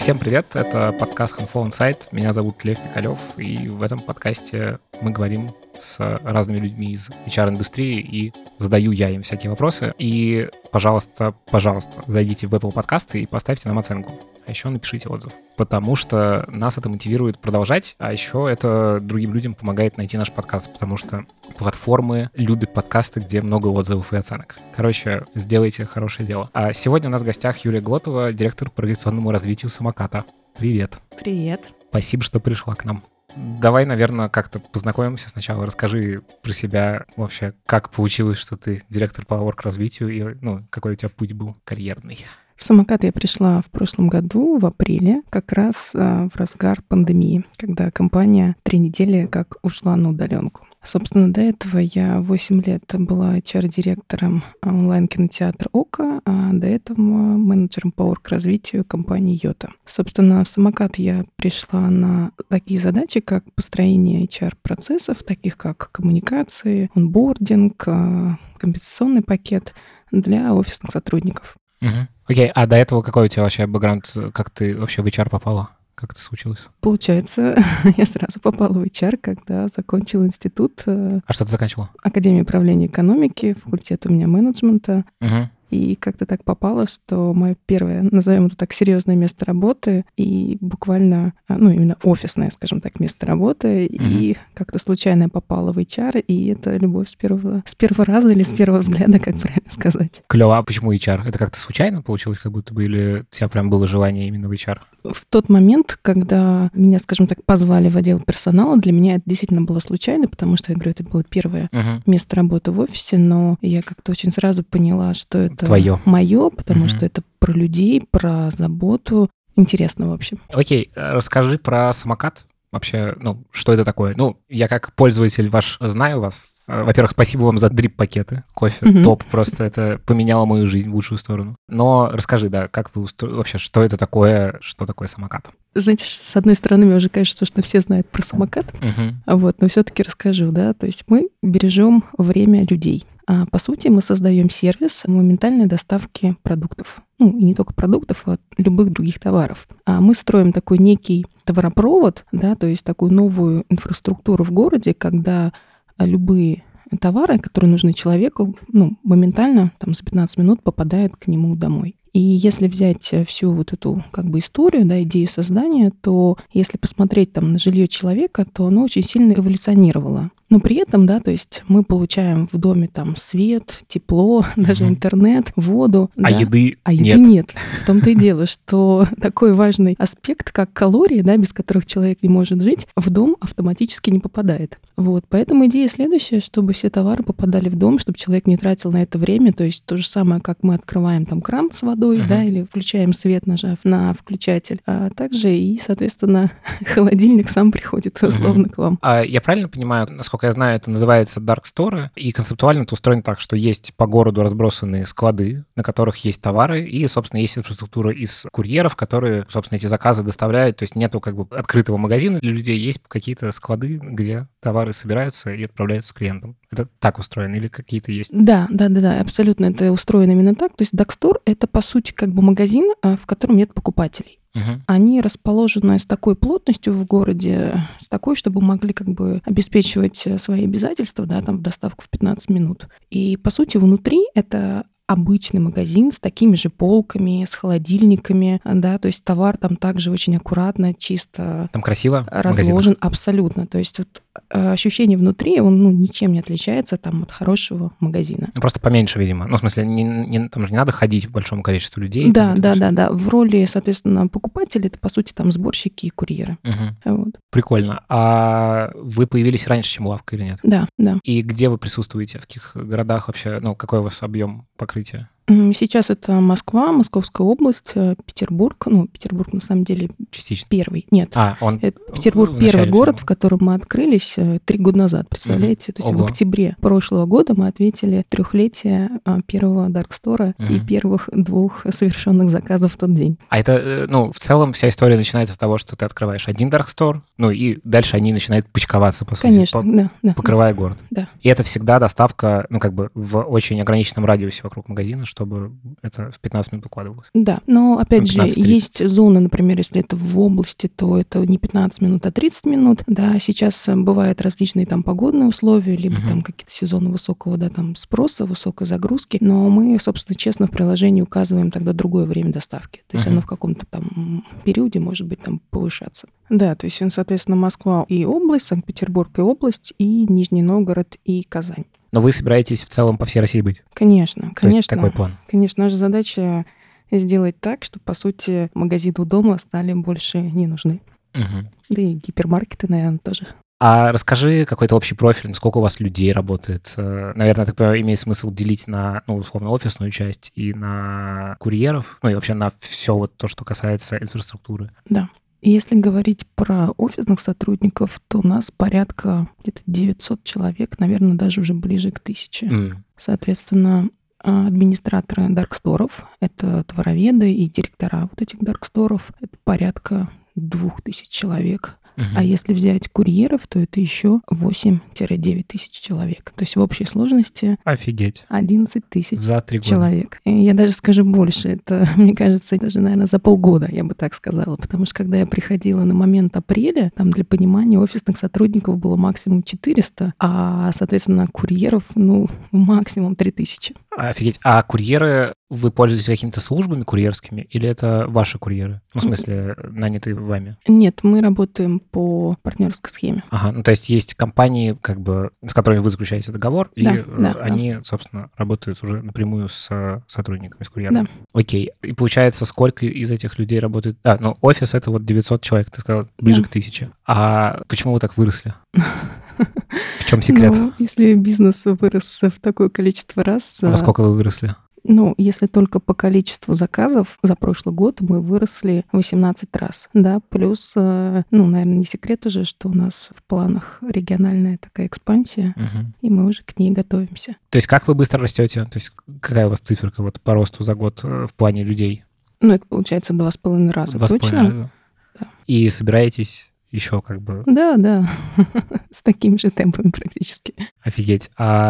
Всем привет, это подкаст Handful Insight. Меня зовут Лев Пикалев, и в этом подкасте мы говорим с разными людьми из HR-индустрии, и задаю я им всякие вопросы. И, пожалуйста, зайдите в Apple подкасты и поставьте нам оценку. А еще напишите отзыв, потому что нас это мотивирует продолжать, а еще это другим людям помогает найти наш подкаст, потому что платформы любят подкасты, где много отзывов и оценок. Короче, сделайте хорошее дело. А сегодня у нас в гостях Юлия Глотова, директор по организационному развитию Самоката. Привет. Привет. Спасибо, что пришла к нам. Давай, наверное, как-то познакомимся сначала. Расскажи про себя вообще, как получилось, что ты директор по орг-развитию, и какой у тебя путь был карьерный. В Самокат я пришла в прошлом году, в апреле, как раз в разгар пандемии, когда компания 3 недели как ушла на удаленку. Собственно, до этого я 8 лет была HR-директором онлайн-кинотеатра «Ока», а до этого менеджером по орг-развитию компании «Йота». Собственно, в Самокат я пришла на такие задачи, как построение HR-процессов, таких как коммуникации, онбординг, компенсационный пакет для офисных сотрудников. Окей, а до этого какой у тебя вообще бэкграунд, как ты вообще в HR попала? Как это случилось? Получается, я сразу попала в HR, когда закончила институт. А что ты заканчивала? Академию управления экономики, факультет у меня менеджмента. И как-то так попало, что мое первое, назовем это так, серьезное место работы и буквально, именно офисное, скажем так, место работы. И как-то случайно я попала в HR, и это любовь с первого раза или с первого взгляда, как правильно сказать. Клево. А почему HR? Это как-то случайно получилось, как будто бы, или у тебя прям было желание именно в HR? В тот момент, когда меня, скажем так, позвали в отдел персонала, для меня это действительно было случайно, потому что, я говорю, это было первое место работы в офисе, но я как-то очень сразу поняла, что это твое, мое, потому что это про людей, про заботу. Интересно, в общем. Окей, расскажи про Самокат. Вообще, что это такое? Я как пользователь ваш знаю вас. Во-первых, спасибо вам за дрип-пакеты. Кофе топ, просто это поменяло мою жизнь в лучшую сторону. Но расскажи, как вы вообще, что это такое, что такое Самокат? Знаете, с одной стороны, мне уже кажется, что все знают про Самокат, но все-таки расскажу, То есть мы бережем время людей. По сути, мы создаем сервис моментальной доставки продуктов. И не только продуктов, а любых других товаров. Мы строим такой некий товаропровод, то есть такую новую инфраструктуру в городе, когда любые товары, которые нужны человеку, моментально за 15 минут попадают к нему домой. И если взять всю вот эту историю, идею создания, то если посмотреть на жилье человека, то оно очень сильно эволюционировало. Но при этом, то есть мы получаем в доме свет, тепло, даже интернет, воду. А еды нет. В том-то и дело, что такой важный аспект, как калории, без которых человек не может жить, в дом автоматически не попадает. Поэтому идея следующая, чтобы все товары попадали в дом, чтобы человек не тратил на это время. То есть то же самое, как мы открываем кран с водой, или включаем свет, нажав на включатель. А также и, соответственно, холодильник сам приходит условно к вам. А я правильно понимаю, насколько я знаю, это называется Dark Store, и концептуально это устроено так, что есть по городу разбросанные склады, на которых есть товары, и, собственно, есть инфраструктура из курьеров, которые, собственно, эти заказы доставляют. То есть нету открытого магазина для людей, есть какие-то склады, где товары собираются и отправляются клиентам. Это так устроено или какие-то есть? Да, абсолютно это устроено именно так. То есть Dark Store — это, по сути, магазин, в котором нет покупателей. Они расположены с такой плотностью в городе, с такой, чтобы могли обеспечивать свои обязательства, в доставку в 15 минут. И, по сути, внутри это обычный магазин с такими же полками, с холодильниками, то есть товар там также очень аккуратно, чисто там красиво разложен, абсолютно. То есть ощущение внутри, он ничем не отличается от хорошего магазина. Просто поменьше, видимо. В смысле, там же не надо ходить большому количеству людей. Да. В роли, соответственно, покупателей это, по сути, сборщики и курьеры. Прикольно. А вы появились раньше, чем лавка, или нет? Да. И где вы присутствуете? В каких городах вообще? Какой у вас объем покрытия? Сейчас это Москва, Московская область, Петербург. Петербург, на самом деле, частично. Первый. Нет. Петербург первый город, в котором мы открылись 3 года назад, представляете? То есть в октябре прошлого года мы отметили 3-летие первого Dark Store и первых 2 совершенных заказов в тот день. А это, в целом, вся история начинается с того, что ты открываешь один Dark Store, и дальше они начинают почковаться, по сути, конечно, покрывая город. Да. И это всегда доставка, в очень ограниченном радиусе вокруг магазина, чтобы это в 15 минут укладывалось. Да, но опять же, 15-30. есть зоны, например, если это в области, то это не 15 минут, а 30 минут. Да, сейчас бывают различные там погодные условия, либо там какие-то сезоны высокого, да, там спроса, высокой загрузки. Но мы, собственно, честно в приложении указываем тогда другое время доставки. То есть оно в каком-то там периоде может быть там повышаться. Да, то есть, соответственно, Москва и область, Санкт-Петербург и область, и Нижний Новгород и Казань. Но вы собираетесь в целом по всей России быть? Конечно, То есть такой план. Конечно, наша задача сделать так, чтобы, по сути, магазины у дома стали больше не нужны. Да и гипермаркеты, наверное, тоже. А расскажи какой-то общий профиль, сколько у вас людей работает. Наверное, так понимаю, имеет смысл делить на, условно, офисную часть и на курьеров, и вообще на все вот то, что касается инфраструктуры. Да. Если говорить про офисных сотрудников, то у нас порядка где-то 900 человек, наверное, даже уже ближе к 1000. Соответственно, администраторы дарксторов, это товароведы и директора вот этих дарксторов, это порядка 2000 человек. А если взять курьеров, то это еще 8-9 тысяч человек. То есть в общей сложности... Офигеть. 11 тысяч за 3 года. Человек. И я даже скажу больше. Это, мне кажется, даже, наверное, за полгода, я бы так сказала. Потому что когда я приходила на момент апреля, там для понимания офисных сотрудников было максимум 400, а, соответственно, курьеров, максимум 3000. Офигеть. А курьеры, вы пользуетесь какими-то службами курьерскими или это ваши курьеры? В смысле, нанятые вами? Нет, мы работаем по партнерской схеме. Ага, то есть есть компании, с которыми вы заключаете договор, и они, собственно, работают уже напрямую с сотрудниками, с курьерами. Да. Окей. И получается, сколько из этих людей работает? Офис — это вот 900 человек, ты сказал, ближе к 1000. А почему вы так выросли? В чем секрет? Если бизнес вырос в такое количество раз... Во сколько вы выросли? Если только по количеству заказов, за прошлый год мы выросли 18 раз, да, плюс, наверное, не секрет уже, что у нас в планах региональная такая экспансия, и мы уже к ней готовимся. То есть как вы быстро растете? То есть какая у вас циферка вот по росту за год в плане людей? Это получается 2,5 раза, 2,5 точно? Раза. Да. И собираетесь еще Да, с такими же темпами практически. Офигеть.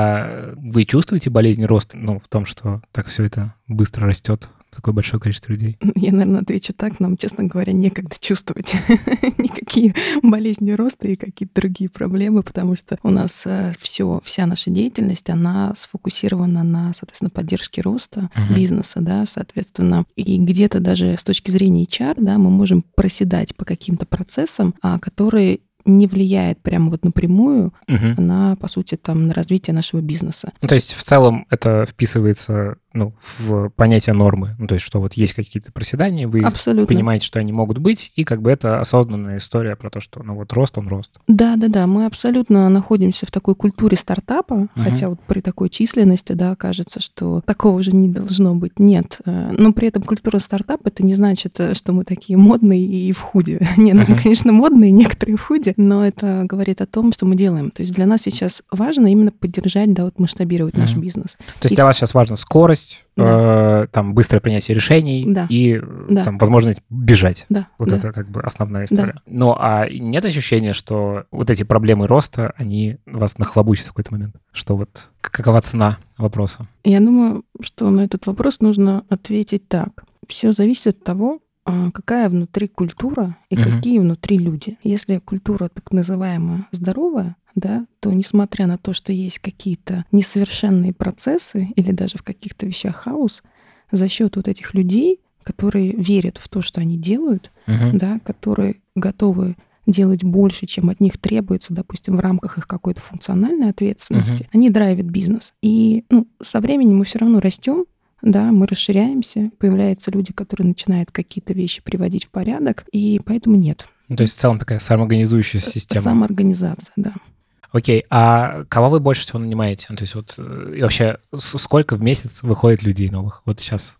А вы чувствуете болезнь роста? В том, что так все это быстро растет, такое большое количество людей? Я, наверное, отвечу так. Нам, честно говоря, некогда чувствовать никакие болезни роста и какие-то другие проблемы, потому что у нас вся наша деятельность, она сфокусирована на, соответственно, поддержке роста бизнеса, да, соответственно. И где-то даже с точки зрения HR, да, мы можем проседать по каким-то процессам, которые не влияет прямо вот напрямую на, по сути, на развитие нашего бизнеса. То есть в целом это вписывается в понятие нормы. То есть что вот есть какие-то проседания, вы понимаете, что они могут быть, и это осознанная история про то, что рост, он рост. Да, мы абсолютно находимся в такой культуре стартапа, хотя вот при такой численности, да, кажется, что такого уже не должно быть. Нет. Но при этом культура стартапа — это не значит, что мы такие модные и в худи. Нет, мы, конечно, модные, некоторые в худи, но это говорит о том, что мы делаем. То есть для нас сейчас важно именно поддержать, да, вот масштабировать наш бизнес. То есть для вас сейчас важна скорость, быстрое принятие решений и возможность бежать. Это основная история. А нет ощущения, что вот эти проблемы роста, они вас нахлобучат в какой-то момент? Что вот какова цена вопроса? Я думаю, что на этот вопрос нужно ответить так. Все зависит от того, какая внутри культура и какие внутри люди. Если культура так называемая здоровая, да, то несмотря на то, что есть какие-то несовершенные процессы или даже в каких-то вещах хаос, за счет вот этих людей, которые верят в то, что они делают, да, которые готовы делать больше, чем от них требуется, допустим, в рамках их какой-то функциональной ответственности, они драйвят бизнес. И со временем мы все равно растем, да, мы расширяемся, появляются люди, которые начинают какие-то вещи приводить в порядок, и поэтому нет. То есть в целом такая самоорганизующаяся система. Самоорганизация, да. Окей, а кого вы больше всего нанимаете? То есть и вообще сколько в месяц выходит людей новых? Вот сейчас,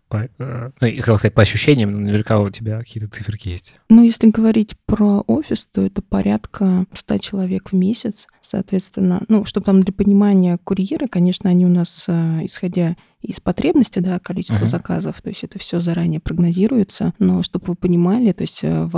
я хотел сказать по ощущениям, но наверняка у тебя какие-то циферки есть. Если говорить про офис, то это порядка 100 человек в месяц. Соответственно, чтобы для понимания курьеры, конечно, они у нас, исходя из потребности, да, количества заказов, то есть это все заранее прогнозируется. Но чтобы вы понимали, то есть в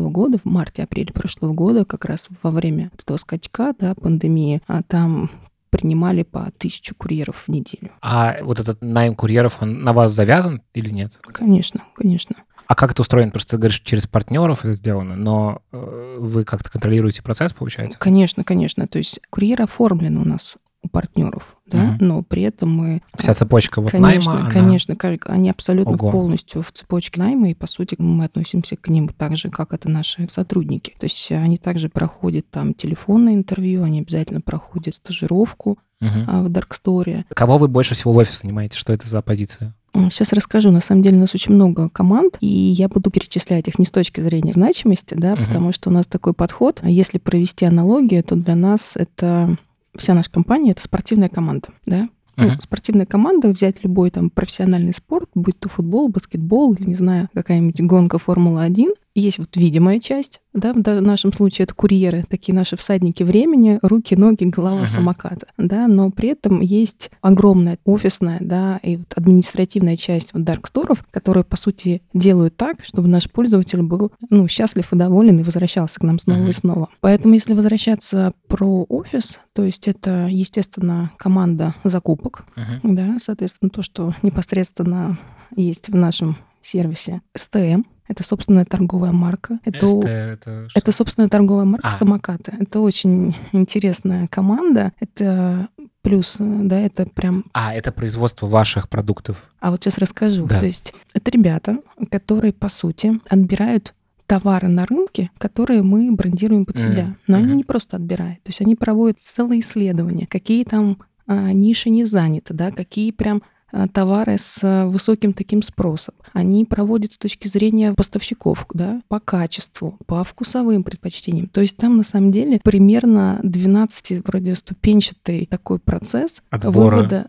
марте-апреле прошлого года, как раз во время этого скачка, да, пандемии, там принимали по 1000 курьеров в неделю. А вот этот найм курьеров, он на вас завязан или нет? Конечно, конечно. А как это устроено? Просто ты говоришь, через партнеров это сделано, но вы как-то контролируете процесс, получается? Конечно, конечно. То есть курьер оформлен у нас у партнеров, да, но при этом мы... Вся цепочка вот конечно, найма, конечно, они абсолютно Ого. полностью в цепочке найма, и, по сути, мы относимся к ним так же, как это наши сотрудники. То есть они также проходят там телефонное интервью, они обязательно проходят стажировку в Darkstore. Кого вы больше всего в офис нанимаете? Что это за позиция? Сейчас расскажу. На самом деле у нас очень много команд, и я буду перечислять их не с точки зрения значимости, да, потому что у нас такой подход. А если провести аналогию, то для нас это... Вся наша компания — это спортивная команда, да? Спортивная команда, взять любой там профессиональный спорт, будь то футбол, баскетбол или, не знаю, какая-нибудь гонка Формула-1. Есть вот видимая часть, да, в нашем случае это курьеры, такие наши всадники времени, руки, ноги, голова самоката, да, но при этом есть огромная офисная, да, и вот административная часть вот Darkstore'ов, которые, по сути, делают так, чтобы наш пользователь был, счастлив и доволен и возвращался к нам снова и снова. Поэтому, если возвращаться про офис, то есть это, естественно, команда закупок, да, соответственно, то, что непосредственно есть в нашем сервисе. STM — это собственная торговая марка. Это собственная торговая марка самоката. Это очень интересная команда. Это плюс, да, это прям... это производство ваших продуктов. А вот сейчас расскажу. Да. То есть это ребята, которые, по сути, отбирают товары на рынке, которые мы брендируем под себя. Но они не просто отбирают. То есть они проводят целые исследования, какие там ниши не заняты, да, какие прям товары с высоким таким спросом. Они проводят с точки зрения поставщиков, да, по качеству, по вкусовым предпочтениям. То есть там на самом деле примерно 12 вроде ступенчатый такой процесс вывода,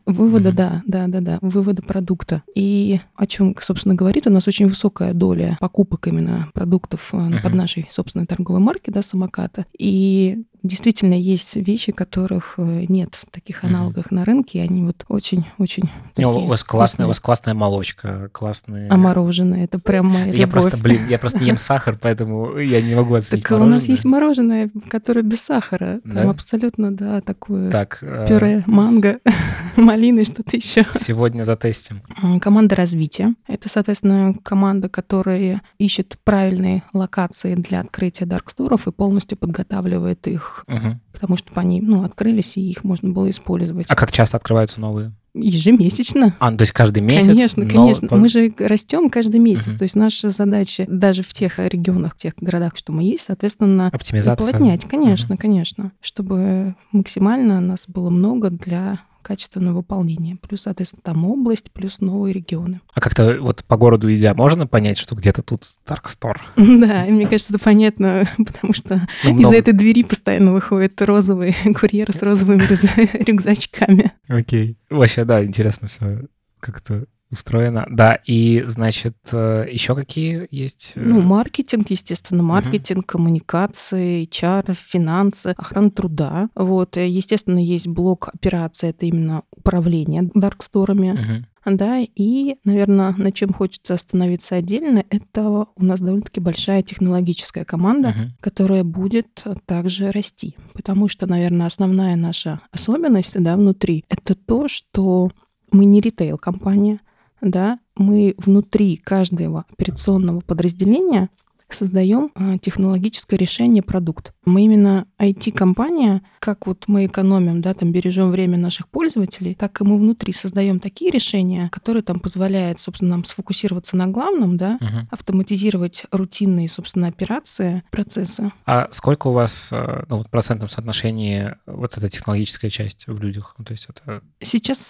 вывода продукта. И о чем, собственно, говорит, у нас очень высокая доля покупок именно продуктов под нашей собственной торговой марки, да, самоката. И действительно есть вещи, которых нет в таких аналогах на рынке, и они вот очень-очень такие у вас классная молочка, классные... А мороженое — это прям моя любовь. Я просто не ем сахар, поэтому я не могу оценить так мороженое. У нас есть мороженое, которое без сахара. Да? Там абсолютно, да, такое так, пюре, манго, малины, что-то еще. Сегодня затестим. Команда развития. Это, соответственно, команда, которая ищет правильные локации для открытия Darkstore'ов и полностью подготавливает их, потому что они, открылись, и их можно было использовать. А как часто открываются новые? Ежемесячно. То есть каждый месяц? Конечно. Мы же растем каждый месяц. То есть наша задача даже в тех регионах, в тех городах, что мы есть, соответственно, уплотнять. Конечно. Чтобы максимально нас было много для качественного выполнения. Плюс, соответственно, там область, плюс новые регионы. А как-то вот по городу идя, можно понять, что где-то тут Darkstore? Да, и мне кажется, это понятно, потому что из-за этой двери постоянно выходят розовые курьеры с розовыми рюкзачками. Окей. Вообще, да, интересно все как-то устроено. Да, и, значит, еще какие есть? Маркетинг, естественно, маркетинг, коммуникации, HR, финансы, охрана труда. Вот, естественно, есть блок операций, это именно управление Darkstore'ами. Да, и, наверное, на чем хочется остановиться отдельно, это у нас довольно-таки большая технологическая команда, которая будет также расти. Потому что, наверное, основная наша особенность, да, внутри, это то, что мы не ритейл-компания, да, мы внутри каждого операционного подразделения создаем технологическое решение, продукт. Мы именно IT-компания, как вот мы экономим, да, там бережем время наших пользователей, так и мы внутри создаем такие решения, которые там позволяют, собственно, нам сфокусироваться на главном, да, автоматизировать рутинные, собственно, операции, процессы. А сколько у вас в процентном соотношении вот эта технологическая часть в людях? То есть это... Сейчас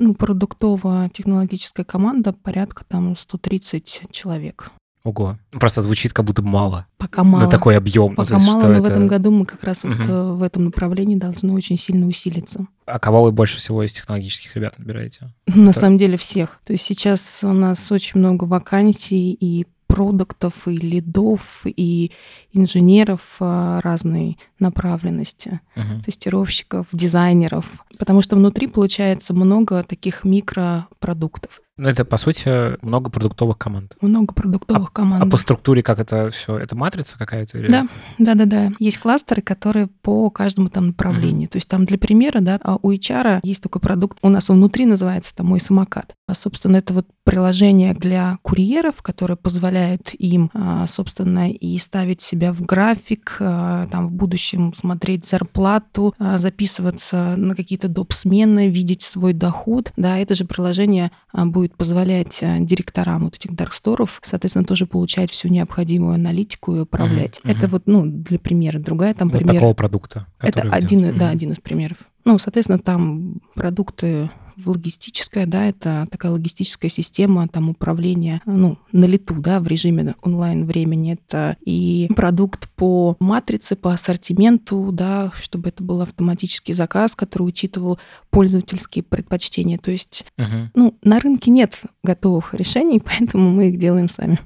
продуктово-технологическая команда порядка там 130 человек. Ого. Просто звучит как будто мало. Пока мало. На такой объем. Пока мало, но в этом году мы как раз вот в этом направлении должны очень сильно усилиться. А кого вы больше всего из технологических ребят набираете? На самом деле всех. То есть сейчас у нас очень много вакансий и продуктов, и лидов, и инженеров разной направленности, тестировщиков, дизайнеров. Потому что внутри получается много таких микропродуктов. Ну, это, по сути, много продуктовых команд. Много продуктовых команд. А по структуре как это все? Это матрица какая-то? Или... Да. Есть кластеры, которые по каждому там направлению. То есть там для примера, да, у HR есть такой продукт, у нас он внутри называется там «Мой самокат». А, собственно, это вот приложение для курьеров, которое позволяет им, собственно, и ставить себя в график, там в будущем смотреть зарплату, записываться на какие-то доп. Смены, видеть свой доход. Да, это же приложение будет позволять директорам вот этих дарксторов, соответственно, тоже получать всю необходимую аналитику и управлять. Это вот, для примера. Другая там вот пример. Такого продукта. Это один из примеров. Соответственно, там продукты в логистическая, да, это такая логистическая система там управления, на лету, да, в режиме онлайн-времени. Это и продукт по матрице, по ассортименту, да, чтобы это был автоматический заказ, который учитывал пользовательские предпочтения. То есть, на рынке нет готовых решений, поэтому мы их делаем сами.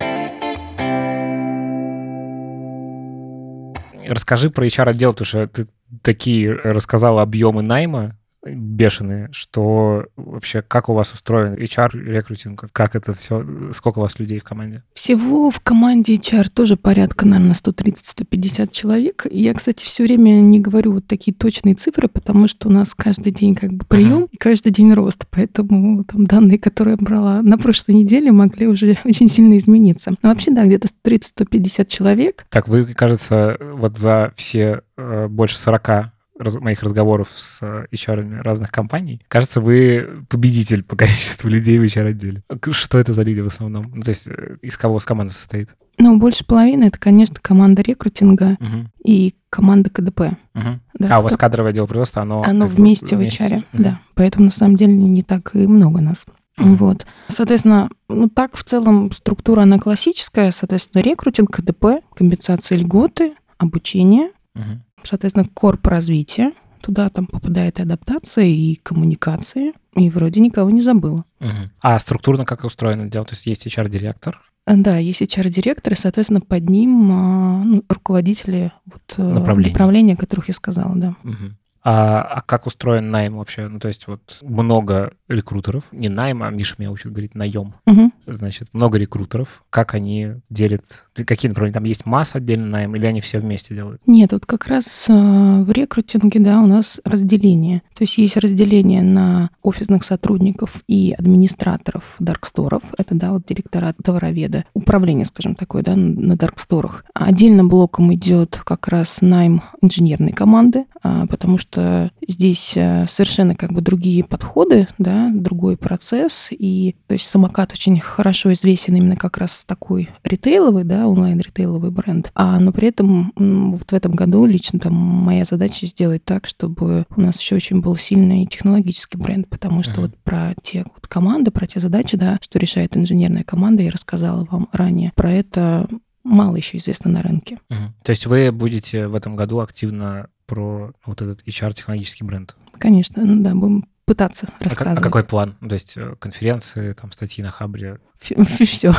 Расскажи про HR-отдел, потому что ты такие рассказала объемы найма бешеные, что вообще как у вас устроен HR-рекрутинг, как это все, сколько у вас людей в команде? Всего в команде HR тоже порядка, наверное, 130-150 человек. Я, кстати, все время не говорю вот такие точные цифры, потому что у нас каждый день как бы прием и каждый день рост, поэтому там данные, которые я брала на прошлой неделе, могли уже очень сильно измениться. Но вообще, да, где-то 130-150 человек. Так, вы, кажется, вот за все больше 40 моих разговоров с HR разных компаний, кажется, вы победитель по количеству людей в HR-отделе. Что это за люди в основном? То есть из кого команда состоит? Больше половины — это, конечно, команда рекрутинга и команда КДП. Да, у вас кадровое отдел производства, оно вместе в HR, да. Поэтому, на самом деле, не так и много нас. Вот. Соответственно, так в целом структура, она классическая. Соответственно, рекрутинг, КДП, компенсации льготы, обучение, соответственно, корп-развитие. Туда там попадает и адаптация, и коммуникации. И вроде никого не забыла. А структурно как устроено отдел? То есть есть HR-директор? Да, есть HR-директор, и, соответственно, под ним руководители направления, о которых я сказала, да. А как устроен найм вообще? То есть вот много рекрутеров, не найм, а Миша меня учит говорить наем. Значит, много рекрутеров. Как они делят? Какие направления? Там есть масса отдельно найм, или они все вместе делают? Нет, вот как раз в рекрутинге, да, у нас разделение. То есть есть разделение на офисных сотрудников и администраторов дарксторов. Это, да, вот директора, товароведа. Управление, скажем, такое, да, на дарксторах. Отдельным блоком идет как раз найм инженерной команды, потому что здесь совершенно как бы другие подходы, да, другой процесс. И то есть самокат очень хорошо известен именно как раз такой ритейловый, да, онлайн-ритейловый бренд. Но при этом вот в этом году лично там моя задача сделать так, чтобы у нас еще очень был сильный технологический бренд, потому что вот про те вот команды, про те задачи, да, что решает инженерная команда, я рассказала вам ранее. Про это мало еще известно на рынке. То есть вы будете в этом году активно про вот этот HR-технологический бренд? Конечно, да, будем пытаться рассказывать. А какой план? То есть конференции, там статьи на Хабре? Все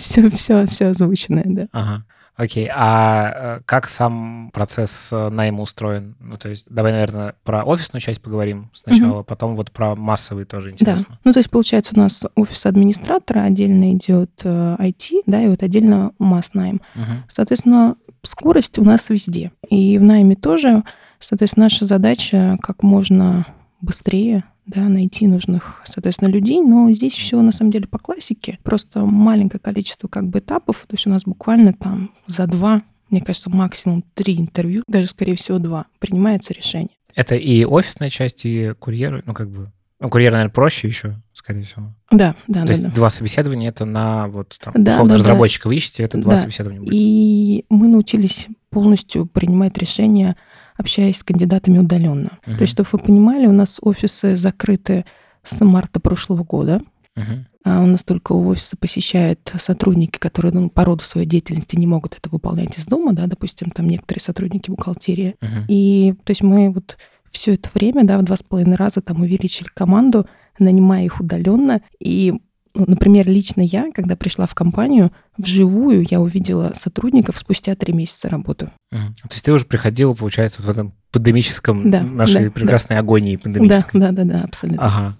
озвученное, да. Ага. Окей, а как сам процесс найма устроен? То есть давай, наверное, про офисную часть поговорим сначала, потом вот про массовый тоже интересно. Да, то есть получается у нас офис администратора, отдельно идет IT, да, и вот отдельно масс-найм. Соответственно, скорость у нас везде. И в найме тоже, соответственно, наша задача как можно быстрее, да, найти нужных, соответственно, людей, но здесь все на самом деле по классике, просто маленькое количество как бы этапов, то есть у нас буквально там за 2, мне кажется, максимум 3 интервью, даже, скорее всего, 2, принимается решение. Это и офисная часть, и курьеры, курьер, наверное, проще еще, скорее всего. Да. То есть 2 собеседования, это на вот там, условно, разработчика вы ищете, это 2 собеседования будет. И мы научились полностью принимать решения, общаясь с кандидатами удаленно. То есть, чтобы вы понимали, у нас офисы закрыты с марта прошлого года. У нас только офисы посещают сотрудники, которые по роду своей деятельности не могут это выполнять из дома, да, допустим, там некоторые сотрудники бухгалтерии. И то есть мы вот все это время, да, в 2,5 раза там увеличили команду, нанимая их удаленно. И, например, лично я, когда пришла в компанию, вживую я увидела сотрудников спустя 3 месяца работы. То есть ты уже приходила, получается, в этом пандемическом, нашей прекрасной агонии пандемической. Да, абсолютно. Ага.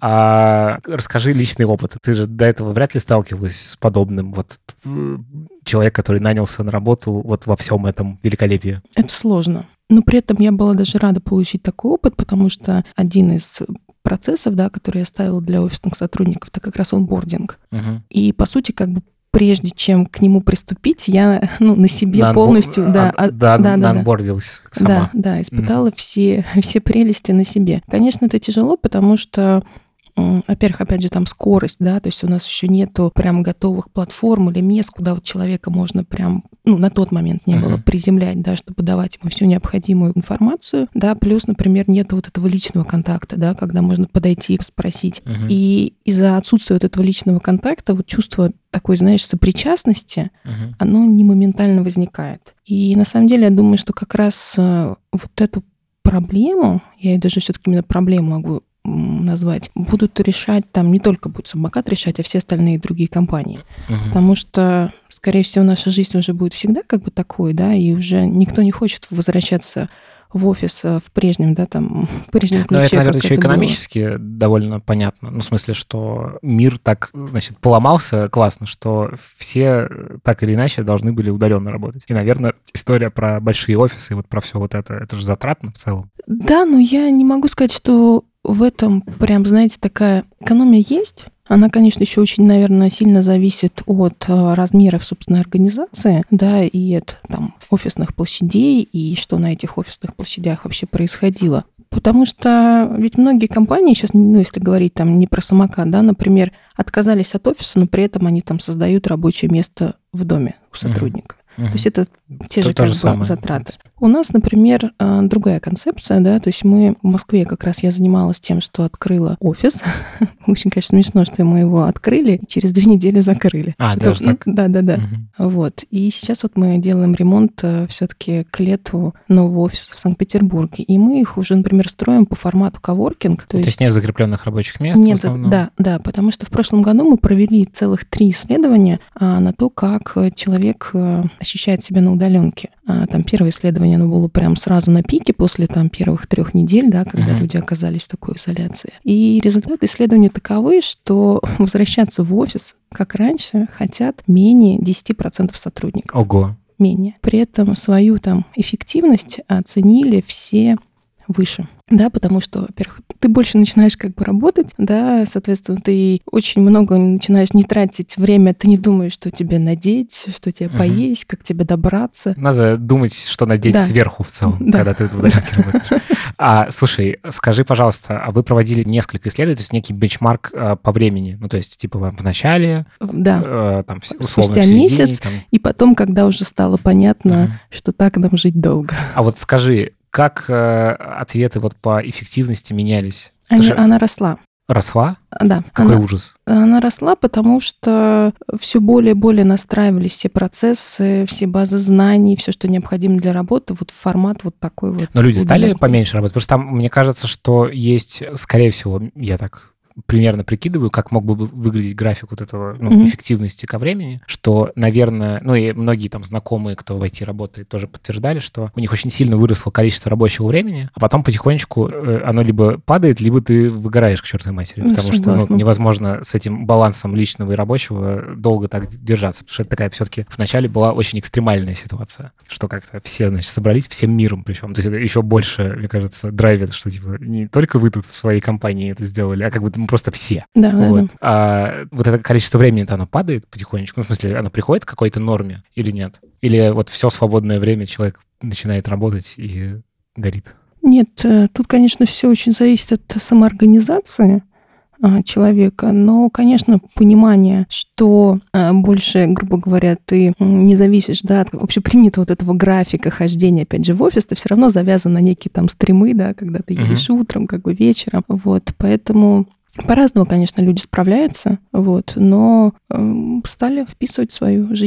А расскажи личный опыт. Ты же до этого вряд ли сталкивалась с подобным. Вот человек, который нанялся на работу вот во всем этом великолепии. Это сложно. Но при этом я была даже рада получить такой опыт, потому что один из процессов, да, который я ставила для офисных сотрудников, это как раз онбординг. И, по сути, как бы прежде чем к нему приступить, я на себе полностью... Наонбордилась сама. Да, испытала все прелести на себе. Конечно, это тяжело, потому что, во-первых, опять же, там скорость, да, то есть у нас еще нету прям готовых платформ или мест, куда вот человека можно прям, на тот момент не было, приземлять, да, чтобы давать ему всю необходимую информацию, да, плюс, например, нету вот этого личного контакта, да, когда можно подойти и спросить. И из-за отсутствия вот этого личного контакта вот чувство такой, знаешь, сопричастности, оно не моментально возникает. И на самом деле я думаю, что как раз вот эту проблему, я ее даже все-таки именно проблему могу назвать, будут решать, там не только будет самокат решать, а все остальные другие компании. Потому что, скорее всего, наша жизнь уже будет всегда как бы такой, да, и уже никто не хочет возвращаться в офис в прежнем, да, там, в прежнем ключе. Но это, наверное, еще экономически довольно понятно. В смысле, что мир так, поломался классно, что все так или иначе должны были удаленно работать. И, наверное, история про большие офисы, вот про все вот это же затратно в целом. Да, но я не могу сказать, что в этом прям, знаете, такая экономия есть. Она, конечно, еще очень, наверное, сильно зависит от размеров собственной организации, да, и от там офисных площадей, и что на этих офисных площадях вообще происходило. Потому что ведь многие компании сейчас, если говорить там не про самокат, да, например, отказались от офиса, но при этом они там создают рабочее место в доме у сотрудника. То есть это те же, как бы, затраты. У нас, например, другая концепция, да, то есть мы в Москве как раз я занималась тем, что открыла офис. Очень, конечно, смешно, что мы его открыли и через 2 недели закрыли. Даже так? Да. Вот. И сейчас вот мы делаем ремонт все-таки к лету нового офиса в Санкт-Петербурге. И мы их уже, например, строим по формату коворкинг. То есть нет закрепленных рабочих мест? Нет, да, потому что в прошлом году мы провели целых 3 исследования на то, как человек ощущает себя на удаленке. Там первое исследование, оно было прям сразу на пике после там первых 3 недель, да, когда люди оказались в такой изоляции. И результаты исследования таковы, что возвращаться в офис, как раньше, хотят менее 10% сотрудников. Ого. Менее. При этом свою там эффективность оценили все выше. Да, потому что, во-первых, ты больше начинаешь как бы работать, да, соответственно, ты очень много начинаешь не тратить время, ты не думаешь, что тебе надеть, что тебе поесть, как тебе добраться. Надо думать, что надеть сверху в целом, когда ты в удаленке работаешь. Слушай, скажи, пожалуйста, а вы проводили несколько исследований, то есть некий бенчмарк по времени, то есть типа в начале, да, там, условно, спустя месяц, и потом, когда уже стало понятно, что так нам жить долго. А вот скажи, как ответы вот по эффективности менялись? Она росла. Росла? Да. Какой ужас. Она росла, потому что все более и более настраивались все процессы, все базы знаний, все, что необходимо для работы, вот в формат вот такой вот. Но люди стали поменьше работать? Потому что там, мне кажется, что есть, скорее всего, я так примерно прикидываю, как мог бы выглядеть график вот этого эффективности ко времени, что, наверное, и многие там знакомые, кто в IT работает, тоже подтверждали, что у них очень сильно выросло количество рабочего времени, а потом потихонечку оно либо падает, либо ты выгораешь к чертовой матери, потому что невозможно с этим балансом личного и рабочего долго так держаться, потому что это такая все-таки вначале была очень экстремальная ситуация, что как-то все, собрались всем миром причем, то есть это еще больше, мне кажется, драйвит, что типа не только вы тут в своей компании это сделали, а как бы просто все. Да, вот. Да. А вот это количество времени-то оно падает потихонечку? В смысле, оно приходит к какой-то норме или нет? Или вот все свободное время человек начинает работать и горит? Нет, тут, конечно, все очень зависит от самоорганизации человека, но, конечно, понимание, что больше, грубо говоря, ты не зависишь, да, от общепринятого вот этого графика хождения, опять же, в офис, ты все равно завязан на некие там стримы, да, когда ты едешь утром, как бы вечером, вот, поэтому по-разному, конечно, люди справляются, вот, но стали вписывать в свою жизнь.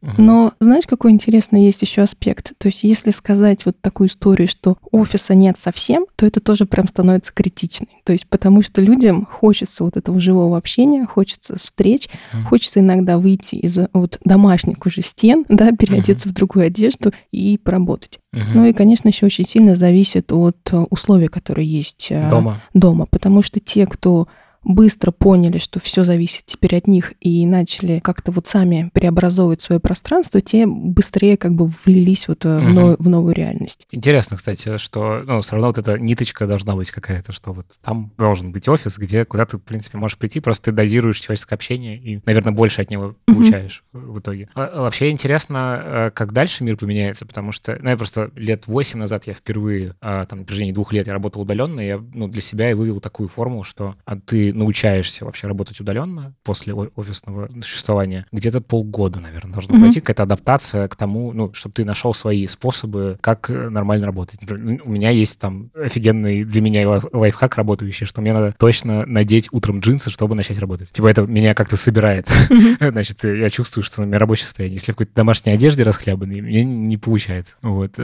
Но знаешь, какой интересный есть еще аспект? То есть если сказать вот такую историю, что офиса нет совсем, то это тоже прям становится критичной. То есть потому что людям хочется вот этого живого общения, хочется встреч, хочется иногда выйти из вот домашних уже стен, да, переодеться в другую одежду и поработать. Ну и, конечно, еще очень сильно зависит от условий, которые есть дома. Потому что те, кто быстро поняли, что все зависит теперь от них, и начали как-то вот сами преобразовывать свое пространство, те быстрее как бы влились вот в новую реальность. Интересно, кстати, что все равно вот эта ниточка должна быть какая-то, что вот там должен быть офис, куда ты, в принципе, можешь прийти, просто ты дозируешь человеческое общение и, наверное, больше от него получаешь в итоге. Вообще интересно, как дальше мир поменяется, потому что, я просто лет 8 назад я впервые, на протяжении 2 лет я работал удаленно, и я для себя и вывел такую формулу, что ты научаешься вообще работать удаленно после офисного существования, где-то полгода, наверное, должна пройти какая-то адаптация к тому, чтобы ты нашел свои способы, как нормально работать. Например, у меня есть там офигенный для меня лайфхак работающий, что мне надо точно надеть утром джинсы, чтобы начать работать. Типа это меня как-то собирает. Значит, я чувствую, что у меня рабочее состояние. Если в какой-то домашней одежде расхлябанной, мне не получается. Вот.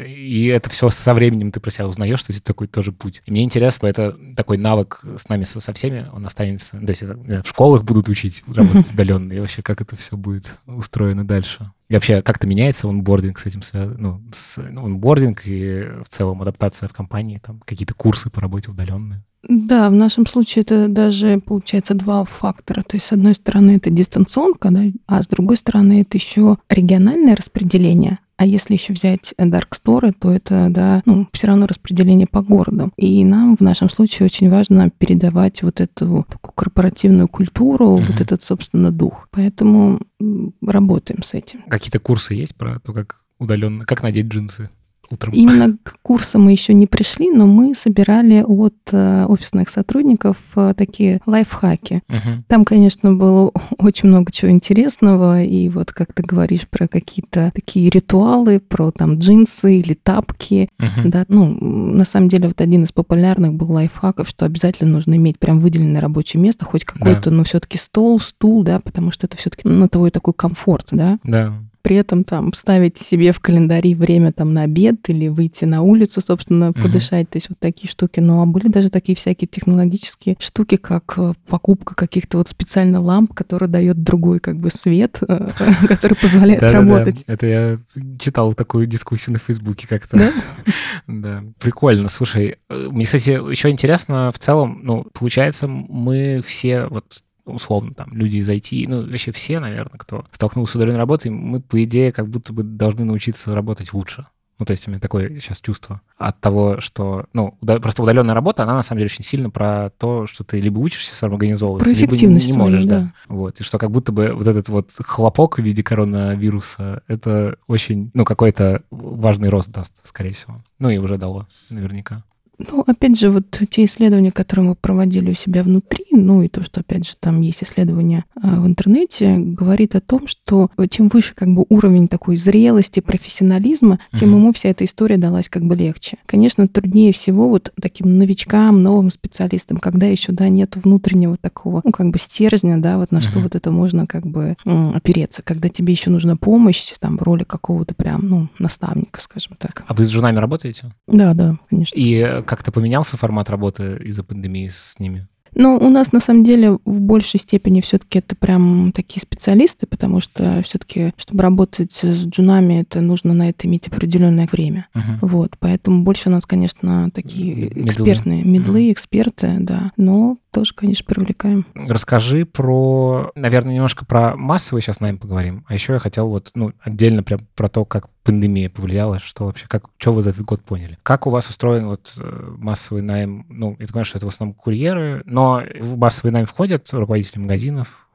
И это все со временем ты про себя узнаешь, что это такой тоже путь. И мне интересно, это такой навык с нами со всеми, он останется. То есть в школах будут учить работать удаленно, и вообще как это все будет устроено дальше. И вообще как-то меняется онбординг с этим связан, онбординг и в целом адаптация в компании, там какие-то курсы по работе удаленные. Да, в нашем случае это даже, получается, 2 фактора. То есть, с одной стороны, это дистанционка, да, а с другой стороны, это еще региональное распределение. А если еще взять Dark Store, то это, да, все равно распределение по городу. И нам в нашем случае очень важно передавать вот эту такую корпоративную культуру, вот этот, собственно, дух. Поэтому работаем с этим. Какие-то курсы есть про то, как удаленно, как надеть джинсы утром? Именно к курсам мы еще не пришли, но мы собирали от офисных сотрудников такие лайфхаки. Там, конечно, было очень много чего интересного, и вот как ты говоришь про какие-то такие ритуалы, про там джинсы или тапки, да, на самом деле вот один из популярных был лайфхаков, что обязательно нужно иметь прям выделенное рабочее место, хоть какой-то, но все-таки стол, стул, да, потому что это все-таки твой такой комфорт, да. Да. При этом там ставить себе в календаре время там на обед или выйти на улицу, собственно, подышать. То есть вот такие штуки. Ну, а были даже такие всякие технологические штуки, как покупка каких-то вот специально ламп, который дает другой как бы свет, который позволяет работать. Это я читал такую дискуссию на Фейсбуке как-то. Да? Да. Прикольно. Слушай, мне, кстати, еще интересно в целом, получается, мы все вот условно, там, люди из IT, вообще все, наверное, кто столкнулся с удаленной работой, мы, по идее, как будто бы должны научиться работать лучше. То есть у меня такое сейчас чувство от того, что, просто удаленная работа, она на самом деле очень сильно про то, что ты либо учишься самоорганизовываться, либо не можешь, да. Вот. И что как будто бы вот этот вот хлопок в виде коронавируса, это очень, какой-то важный рост даст, скорее всего. И уже дало, наверняка. Опять же, вот те исследования, которые мы проводили у себя внутри, и то, что, опять же, там есть исследования в интернете, говорит о том, что чем выше как бы уровень такой зрелости, профессионализма, тем ему вся эта история далась как бы легче. Конечно, труднее всего вот таким новичкам, новым специалистам, когда еще, да, нет внутреннего такого, как бы стержня, да, вот на что вот это можно как бы опереться, когда тебе еще нужна помощь, там, в роли какого-то прям, наставника, скажем так. А вы с женами работаете? Да, конечно. И как-то поменялся формат работы из-за пандемии с ними? У нас на самом деле в большей степени все-таки это прям такие специалисты, потому что все-таки, чтобы работать с джунами, это нужно на это иметь определенное время. Вот, поэтому больше у нас, конечно, такие экспертные, мидлы, эксперты, да, но тоже, конечно, привлекаем. Расскажи наверное, немножко про массовый сейчас найм поговорим, а еще я хотел отдельно прям про то, как пандемия повлияла, что вообще, что вы за этот год поняли? Как у вас устроен массовый найм? Я понимаю, что это в основном курьеры, но в массовый найм входят руководители магазинов,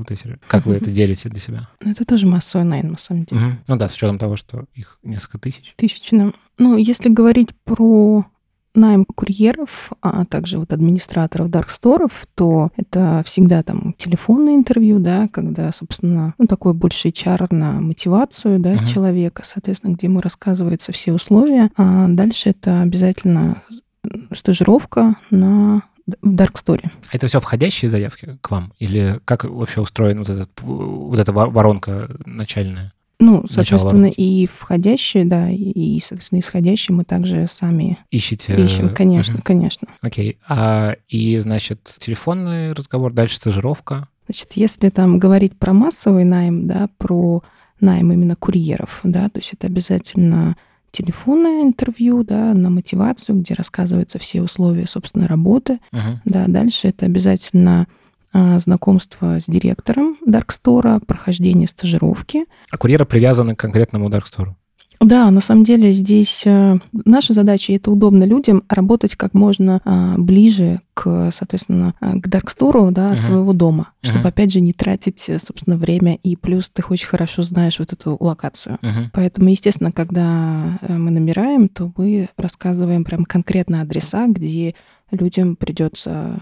как вы это делите для себя? Это тоже массовый найм, на самом деле. Да, с учетом того, что их несколько тысяч. Тысячи. Если говорить про найм курьеров, а также администраторов Dark Store, то это всегда там телефонное интервью, да, когда, собственно, такой больше HR на мотивацию, да, человека, соответственно, где ему рассказываются все условия. А дальше это обязательно стажировка в Dark Store. Это все входящие заявки к вам? Или как вообще устроена вот эта воронка начальная? Ну, соответственно, и входящие, да, и, соответственно, исходящие мы также сами ищем, конечно, конечно. Окей. И, значит, телефонный разговор, дальше стажировка. Значит, если там говорить про массовый найм, да, про найм именно курьеров, да, то есть это обязательно телефонное интервью, да, на мотивацию, где рассказываются все условия, собственно, работы. Да, дальше это обязательно знакомство с директором Даркстора, прохождение стажировки. А курьеры привязаны к конкретному Даркстору? Да, на самом деле здесь наша задача, и это удобно людям, работать как можно ближе к, соответственно, к Даркстору, да, от своего дома, чтобы, опять же, не тратить, собственно, время, и плюс ты очень хорошо знаешь вот эту локацию. Поэтому, естественно, когда мы набираем, то мы рассказываем прям конкретно адреса, где людям придется...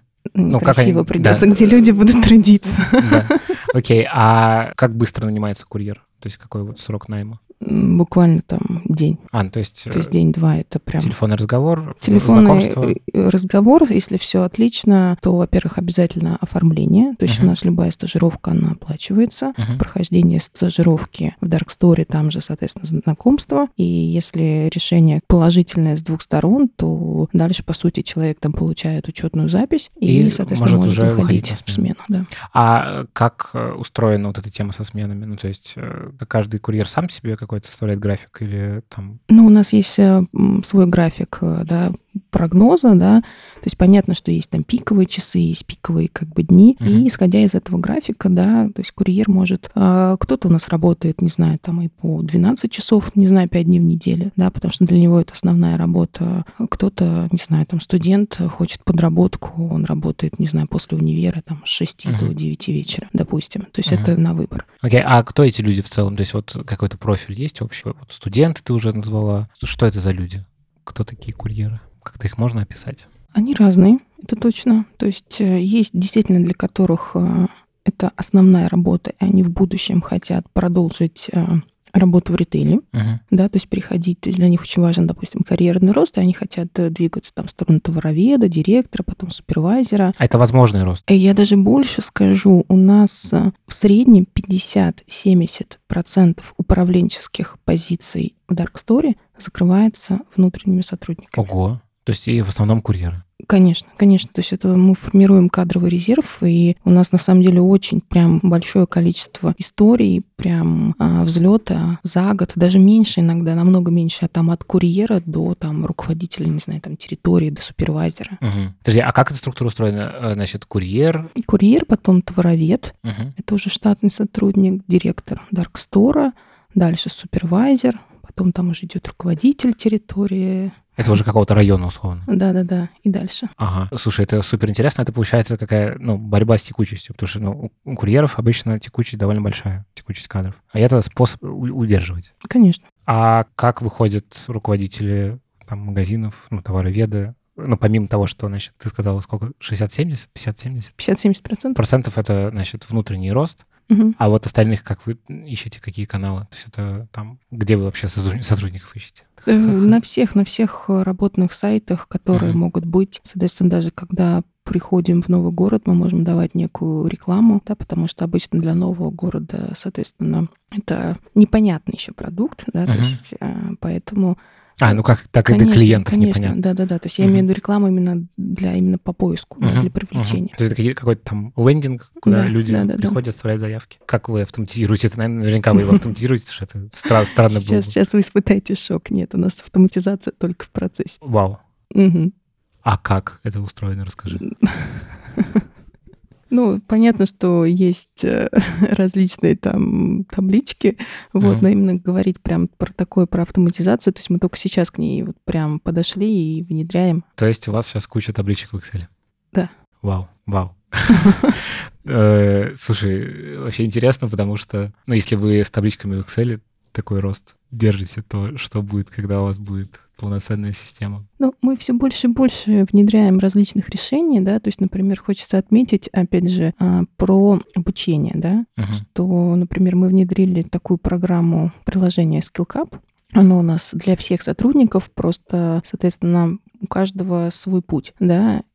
Красиво придется, где люди будут трудиться. Да. Окей, а как быстро нанимается курьер? То есть какой вот срок найма? Буквально там день. То есть день-два это прям... Телефонный разговор, Телефонный знакомство? разговор, если все отлично, то, во-первых, обязательно оформление. То есть у нас любая стажировка, она оплачивается. Прохождение стажировки в Дарксторе, там же, соответственно, знакомство. И если решение положительное с двух сторон, то дальше, по сути, человек там получает учетную запись и соответственно, может уже уходить в смену. Да. А как устроена вот эта тема со сменами? Ну, то есть каждый курьер сам себе какой-то составляет график или там... Ну, у нас есть свой график, да, прогноза, да, то есть понятно, что есть там пиковые часы, есть пиковые как бы дни, и исходя из этого графика, да, то есть курьер может... Кто-то у нас работает, не знаю, там и по 12 часов, не знаю, 5 дней в неделю, да, потому что для него это основная работа. Кто-то, не знаю, там студент хочет подработку, он работает, не знаю, после универа там с 6 до 9 вечера, допустим. То есть это на выбор. Окей, а кто эти люди в целом? То есть вот какой-то профиль есть общий? Вот студенты ты уже назвала. Что это за люди? Кто такие курьеры? Как-то их можно описать? Они разные, это точно. То есть есть действительно для которых это основная работа, и они в будущем хотят продолжить работу в ритейле, да, то есть переходить, то есть для них очень важен, допустим, карьерный рост, и они хотят двигаться там в сторону товароведа, директора, потом супервайзера. А это возможный рост? И я даже больше скажу, у нас в среднем 50-70% управленческих позиций в Дарксторе закрывается внутренними сотрудниками. Ого! То есть и в основном курьеры? Конечно, конечно. То есть это мы формируем кадровый резерв, и у нас на самом деле очень прям большое количество историй, прям взлета за год, даже меньше иногда, намного меньше, там от курьера до там руководителя, не знаю, там территории, до супервайзера. Подожди, а как эта структура устроена? Значит, курьер? Курьер, потом товаровед, это уже штатный сотрудник, директор Даркстора, дальше супервайзер, потом там уже идет руководитель территории. Это уже какого-то района, условно. Да, и дальше. Ага. Слушай, это супер интересно. Это получается какая, борьба с текучестью, потому что, у курьеров обычно текучесть довольно большая, текучесть кадров. А это способ удерживать. Конечно. А как выходят руководители там магазинов, товароведы? Помимо того, что, значит, ты сказала, сколько? 60-70? 50-70? 50-70%. Процентов это, значит, внутренний рост. А вот остальных, как вы ищете, какие каналы? То есть это там, где вы вообще сотрудников ищете? На всех работных сайтах, которые могут быть. Соответственно, даже когда приходим в новый город, мы можем давать некую рекламу, да, потому что обычно для нового города, соответственно, это непонятный еще продукт, да, то есть поэтому... Так и для клиентов непонятно. Да. То есть я имею в виду рекламу именно по поиску, для привлечения. То есть это какой-то там лендинг, куда люди приходят, оставляют заявки. Как вы автоматизируете это? Наверняка вы его автоматизируете, потому что это странно было. Сейчас вы испытаете шок. Нет, у нас автоматизация только в процессе. Вау. А как это устроено? Расскажи. Понятно, что есть различные там таблички, но именно говорить прям про автоматизацию, то есть мы только сейчас к ней вот прям подошли и внедряем. То есть у вас сейчас куча табличек в Excel? Да. Вау. Слушай, вообще интересно, потому что, если вы с табличками в Excel такой рост держите, то что будет, когда у вас будет полноценная система? Мы все больше и больше внедряем различных решений, да, то есть, например, хочется отметить, опять же, про обучение, да, что, например, мы внедрили такую программу приложения SkillCap. Оно у нас для всех сотрудников, просто, соответственно, у каждого свой путь, да,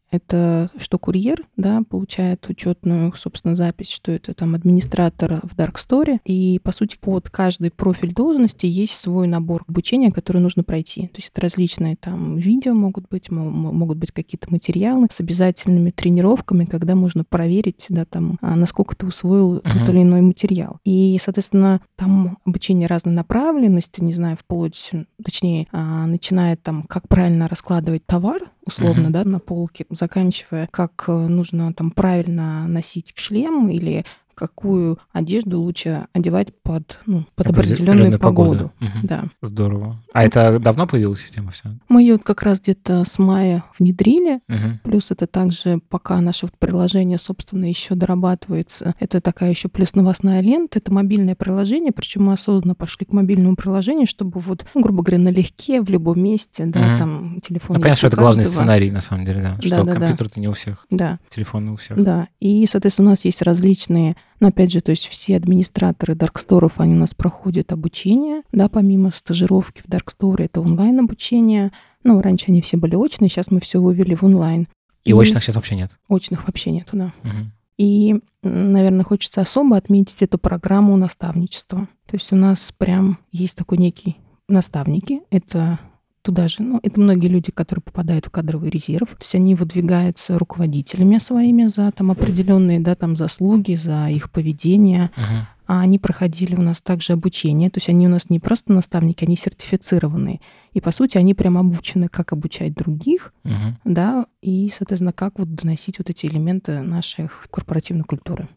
Это что курьер, да, получает учетную, собственно, запись, что это там администратор в Dark Store. И, по сути, под каждый профиль должности есть свой набор обучения, который нужно пройти. То есть это различные там видео могут быть какие-то материалы с обязательными тренировками, когда можно проверить, да, там, насколько ты усвоил тот или иной материал. И, соответственно, там обучение разной направленности, не знаю, начиная там, как правильно раскладывать товар, условно, да, на полке, заканчивая, как нужно там правильно носить шлем или какую одежду лучше одевать под определенную погоду. Да. Здорово. А это давно появилась система вся? Мы ее как раз где-то с мая внедрили. Плюс это также, пока наше приложение, собственно, еще дорабатывается, это такая еще плюс новостная лента, это мобильное приложение, причем мы осознанно пошли к мобильному приложению, чтобы грубо говоря, налегке, в любом месте, да, там телефон. Понятно, что это главный сценарий, на самом деле, да. Что компьютер-то не у всех. Да. Телефоны у всех. Да. И, соответственно, у нас есть различные. Но опять же, то есть все администраторы дарксторов, они у нас проходят обучение, да, помимо стажировки в дарксторе, это онлайн-обучение. Ну, раньше они все были очные, сейчас мы все вывели в онлайн. И очных сейчас вообще нет? Очных вообще нету, да. И, наверное, хочется особо отметить эту программу наставничества. То есть у нас прям есть такой некий наставники, это туда же, это многие люди, которые попадают в кадровый резерв, то есть они выдвигаются руководителями своими за там определенные, да, там заслуги, за их поведение. А они проходили у нас также обучение, то есть они у нас не просто наставники, они сертифицированные. И, по сути, они прям обучены, как обучать других, да, и, соответственно, как доносить эти элементы нашей корпоративной культуры.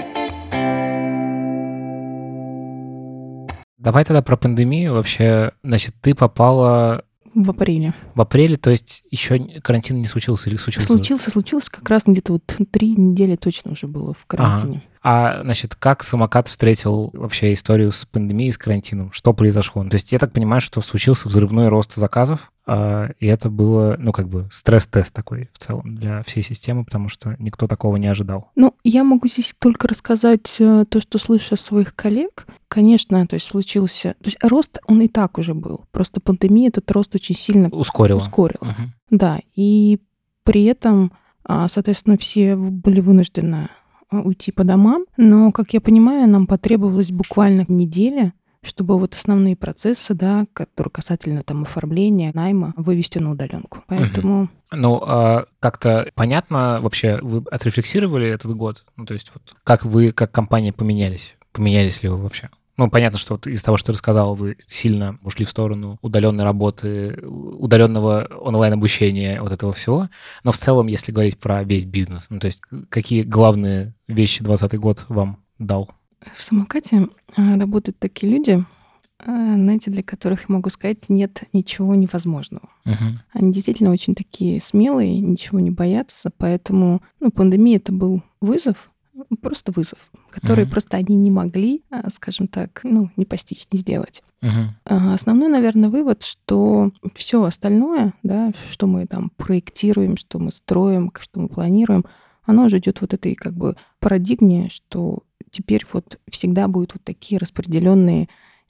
Давай тогда про пандемию вообще. Значит, ты попала... В апреле. В апреле, то есть еще карантин не случился или случился? Случился как раз где-то 3 недели точно уже было в карантине. Значит, как самокат встретил вообще историю с пандемией, с карантином? Что произошло? То есть я так понимаю, что случился взрывной рост заказов, и это было, стресс-тест такой в целом для всей системы, потому что никто такого не ожидал. Я могу здесь только рассказать то, что слышу от своих коллег. Конечно, то есть случился... То есть рост, он и так уже был. Просто пандемия этот рост очень сильно ускорила. Да, и при этом, соответственно, все были вынуждены уйти по домам. Но, как я понимаю, нам потребовалось буквально неделя, чтобы основные процессы, да, которые касательно там оформления, найма, вывести на удаленку. Поэтому... как-то понятно вообще, вы отрефлексировали этот год? То есть как вы, как компания, поменялись? Поменялись ли вы вообще? Понятно, что из того, что ты рассказал, вы сильно ушли в сторону удаленной работы, удаленного онлайн-обучения, этого всего. Но в целом, если говорить про весь бизнес, то есть какие главные вещи 2020 год вам дал? В самокате работают такие люди, знаете, для которых, я могу сказать, нет ничего невозможного. Они действительно очень такие смелые, ничего не боятся, поэтому пандемия — это был вызов, просто вызов, который просто они не могли, скажем так, не постичь, не сделать. Основной, наверное, вывод, что все остальное, да, что мы там проектируем, что мы строим, что мы планируем, оно уже идет этой парадигме, что теперь всегда будут такие распределенные,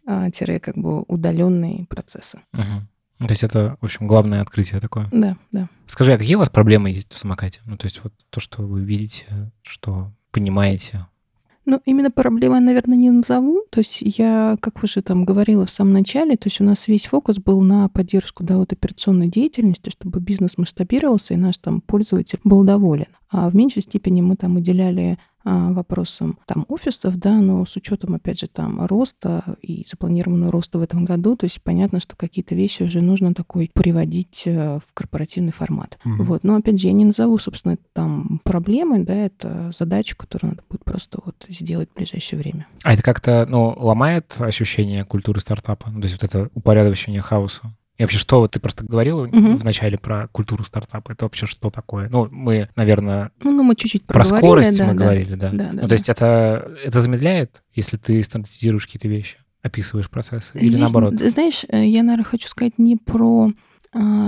удаленные процессы. То есть это, в общем, главное открытие такое. Да. Скажи, а какие у вас проблемы есть в самокате? То есть то, что вы видите, что понимаете? Именно проблемы, наверное, не назову. То есть я, как уже там говорила в самом начале, то есть у нас весь фокус был на поддержку, да, операционной деятельности, чтобы бизнес масштабировался и наш там пользователь был доволен. А в меньшей степени мы там уделяли вопросам там офисов, да, но с учетом, опять же, там роста и запланированного роста в этом году, то есть понятно, что какие-то вещи уже нужно приводить в корпоративный формат. Но, опять же, я не назову, собственно, там проблемы, да, это задачу, которую надо будет просто сделать в ближайшее время. А это как-то, ломает ощущение культуры стартапа? То есть это упорядочение хаоса? И вообще, что ты просто говорила в начале про культуру стартапа? Это вообще что такое? Мы, наверное... мы чуть-чуть про скорость мы говорили, да. То есть это замедляет, если ты стандартизируешь какие-то вещи, описываешь процессы? Или наоборот? Знаешь, я, наверное, хочу сказать не про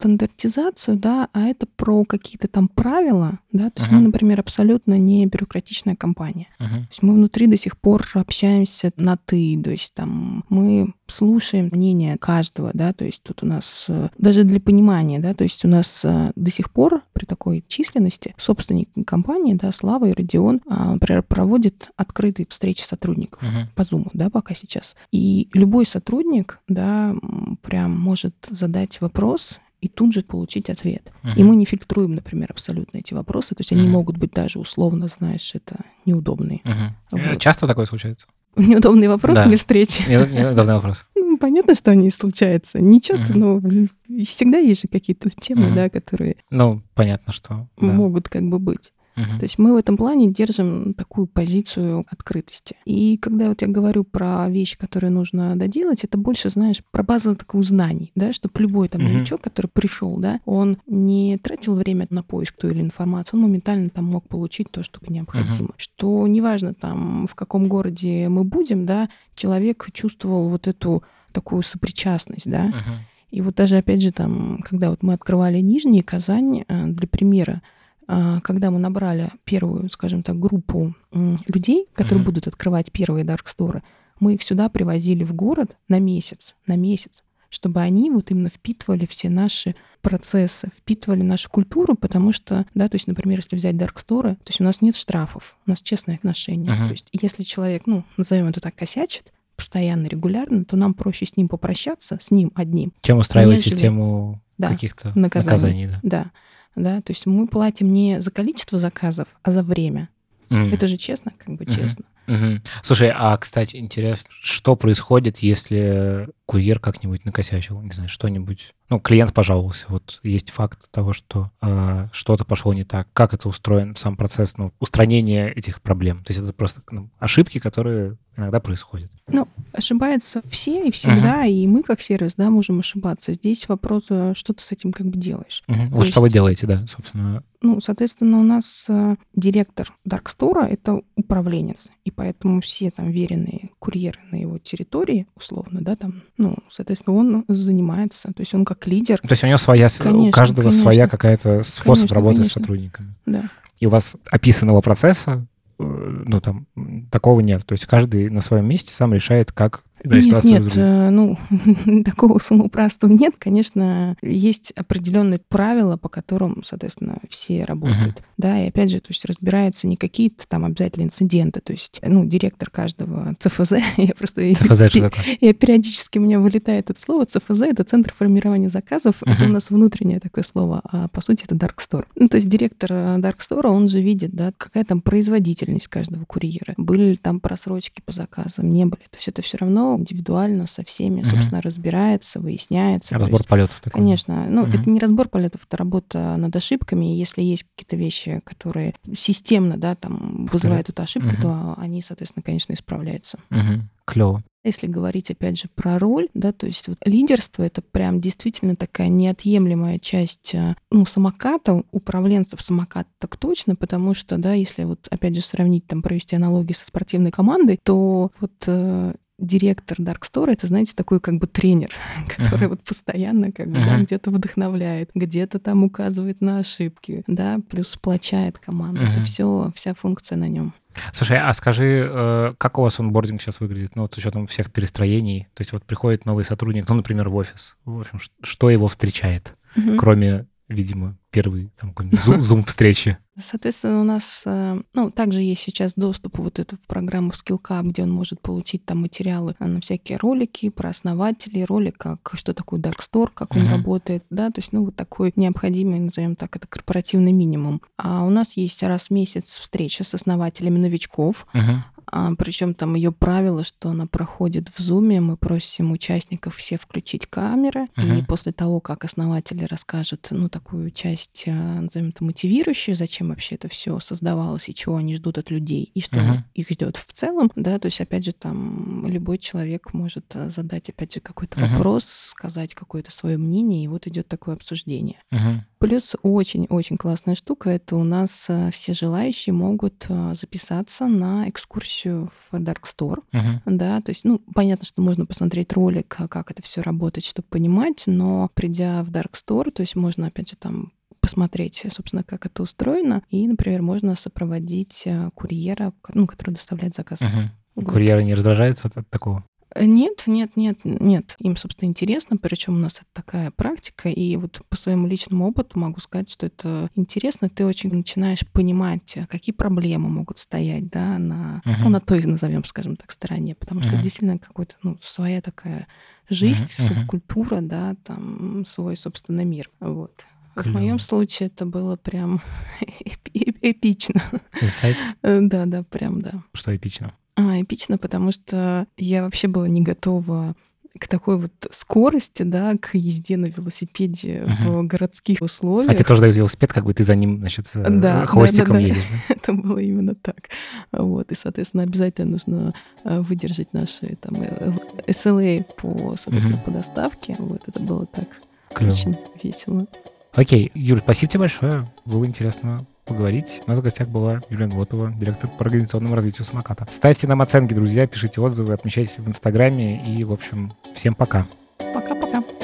стандартизацию, да, а это про какие-то там правила, да, то есть мы, например, абсолютно не бюрократичная компания. То есть мы внутри до сих пор общаемся на «ты», то есть там мы слушаем мнение каждого, да, то есть тут у нас даже для понимания, да, то есть у нас до сих пор при такой численности собственник компании, да, Слава и Родион, проводит открытые встречи сотрудников по Zoom, да, пока сейчас. И любой сотрудник, да, прям может задать вопрос и тут же получить ответ. И мы не фильтруем, например, абсолютно эти вопросы, то есть они могут быть даже условно, знаешь, это неудобные. Вот. Часто такое случается? Неудобный вопрос или встречи? Неудобный вопрос. Ну, понятно, что они случаются. Не часто, но всегда есть же какие-то темы, да, которые понятно, что могут как бы быть. То есть мы в этом плане держим такую позицию открытости. И когда вот я говорю про вещи, которые нужно доделать, это больше, знаешь, про базу таких знаний, да, чтобы любой там новичок, который пришел, да, он не тратил время на поиск той или информации, он моментально там мог получить то, что необходимо. Что неважно там, в каком городе мы будем, да, человек чувствовал вот эту такую сопричастность, да. И вот даже, опять же, там, когда вот мы открывали Нижний, Казань, для примера, когда мы набрали первую, скажем так, группу людей, которые будут открывать первые дарксторы, мы их сюда привозили в город на месяц, чтобы они вот именно впитывали все наши процессы, впитывали нашу культуру, потому что, да, то есть, например, если взять дарксторы, то есть у нас нет штрафов, у нас честное отношение. То есть если человек, назовем это так, косячит, постоянно, регулярно, то нам проще с ним попрощаться, с ним одним. Чем устраивать систему каких-то наказаний. Да, то есть мы платим не за количество заказов, а за время. Это же честно, как бы честно. Слушай, кстати, интересно, что происходит, если курьер как-нибудь накосячил, не знаю, что-нибудь... клиент пожаловался, вот есть факт того, что что-то пошло не так. Как это устроен сам процесс устранения этих проблем? То есть это просто ошибки, которые иногда происходят. Ошибаются все и всегда, и мы как сервис, да, можем ошибаться. Здесь вопрос, что ты с этим как бы делаешь. Вот что вы делаете, да, собственно. Соответственно, у нас директор даркстора — это управленец, и поэтому все там веренные курьеры на его территории, условно, да, там, соответственно, он занимается, то есть он как лидер. То есть у него у каждого своя какая-то способ работы с сотрудниками. Да. И у вас описанного процесса, такого нет. То есть каждый на своем месте сам решает, как Нет, такого самоуправства нет. Конечно, есть определенные правила, по которым, соответственно, все работают. Да, и опять же, то есть разбираются не какие-то там обязательно инциденты. То есть, директор каждого ЦФЗ, ЦФЗ что такое? Я периодически у меня вылетает это слово. ЦФЗ — это Центр формирования заказов. Это у нас внутреннее такое слово, а по сути это даркстор. То есть директор даркстора, он же видит, да, какая там производительность каждого курьера. Были ли там просрочки по заказам, не были. То есть это все равно индивидуально со всеми, собственно, разбирается, выясняется. Разбор полетов такой. Конечно. Это не разбор полетов, это работа над ошибками. И если есть какие-то вещи, которые системно, да, там вызывают эту ошибку, то они, соответственно, конечно, исправляются. Клево. Если говорить, опять же, про роль, да, то есть лидерство — это прям действительно такая неотъемлемая часть, самоката, управленцев самоката так точно, потому что, да, если опять же, сравнить, там, провести аналогии со спортивной командой, то директор даркстора — это, знаете, такой как бы тренер, который постоянно как бы где-то вдохновляет, где-то там указывает на ошибки, да, плюс сплочает команду. Это вся функция на нем. Слушай, а скажи, как у вас онбординг сейчас выглядит, с учетом всех перестроений? То есть приходит новый сотрудник, например, в офис. В общем, что его встречает, кроме, видимо, первой зум-встречи? Соответственно, у нас также есть сейчас доступ в программу Skillcap, где он может получить там материалы на всякие ролики про основателей, ролик, что такое Darkstore, как он работает, да, то есть, такой необходимый, назовем так, это корпоративный минимум. А у нас есть раз в месяц встреча с основателями новичков, причем там ее правило, что она проходит в Zoom, мы просим участников все включить камеры, и после того, как основатели расскажут, такую часть, назовем это, мотивирующую, зачем вообще это все создавалось, и чего они ждут от людей, и что их ждет в целом, да, то есть, опять же, там любой человек может задать, опять же, какой-то вопрос, сказать какое-то свое мнение, и идет такое обсуждение. Плюс очень-очень классная штука — это у нас все желающие могут записаться на экскурсию еще в Dark Store, да, то есть, понятно, что можно посмотреть ролик, как это все работает, чтобы понимать, но придя в Dark Store, то есть можно, опять же, там посмотреть, собственно, как это устроено, и, например, можно сопроводить курьера, который доставляет заказ. Вот. Курьеры не раздражаются от такого? Нет. Им, собственно, интересно, причем у нас это такая практика, и вот по своему личному опыту могу сказать, что это интересно. Ты очень начинаешь понимать, какие проблемы могут стоять, да, на той, назовем, скажем так, стороне, потому что это действительно какой-то, своя такая жизнь, субкультура, да, там свой, собственно, мир. Вот. В моем случае это было прям эпично. Инсайт? Да, прям, да. Что эпично? Эпично, потому что я вообще была не готова к такой вот скорости, да, к езде на велосипеде в городских условиях. А тебе тоже дают велосипед, как бы ты за ним, значит, хвостиком едешь, да? Это было именно так. Вот, и, соответственно, обязательно нужно выдержать наши там SLA по доставке. Вот, это было так очень весело. Окей, Юль, спасибо тебе большое. Было интересно поговорить. У нас в гостях была Юлия Глотова, директор по организационному развитию самоката. Ставьте нам оценки, друзья, пишите отзывы, отмечайтесь в Инстаграме и, в общем, всем пока. Пока-пока.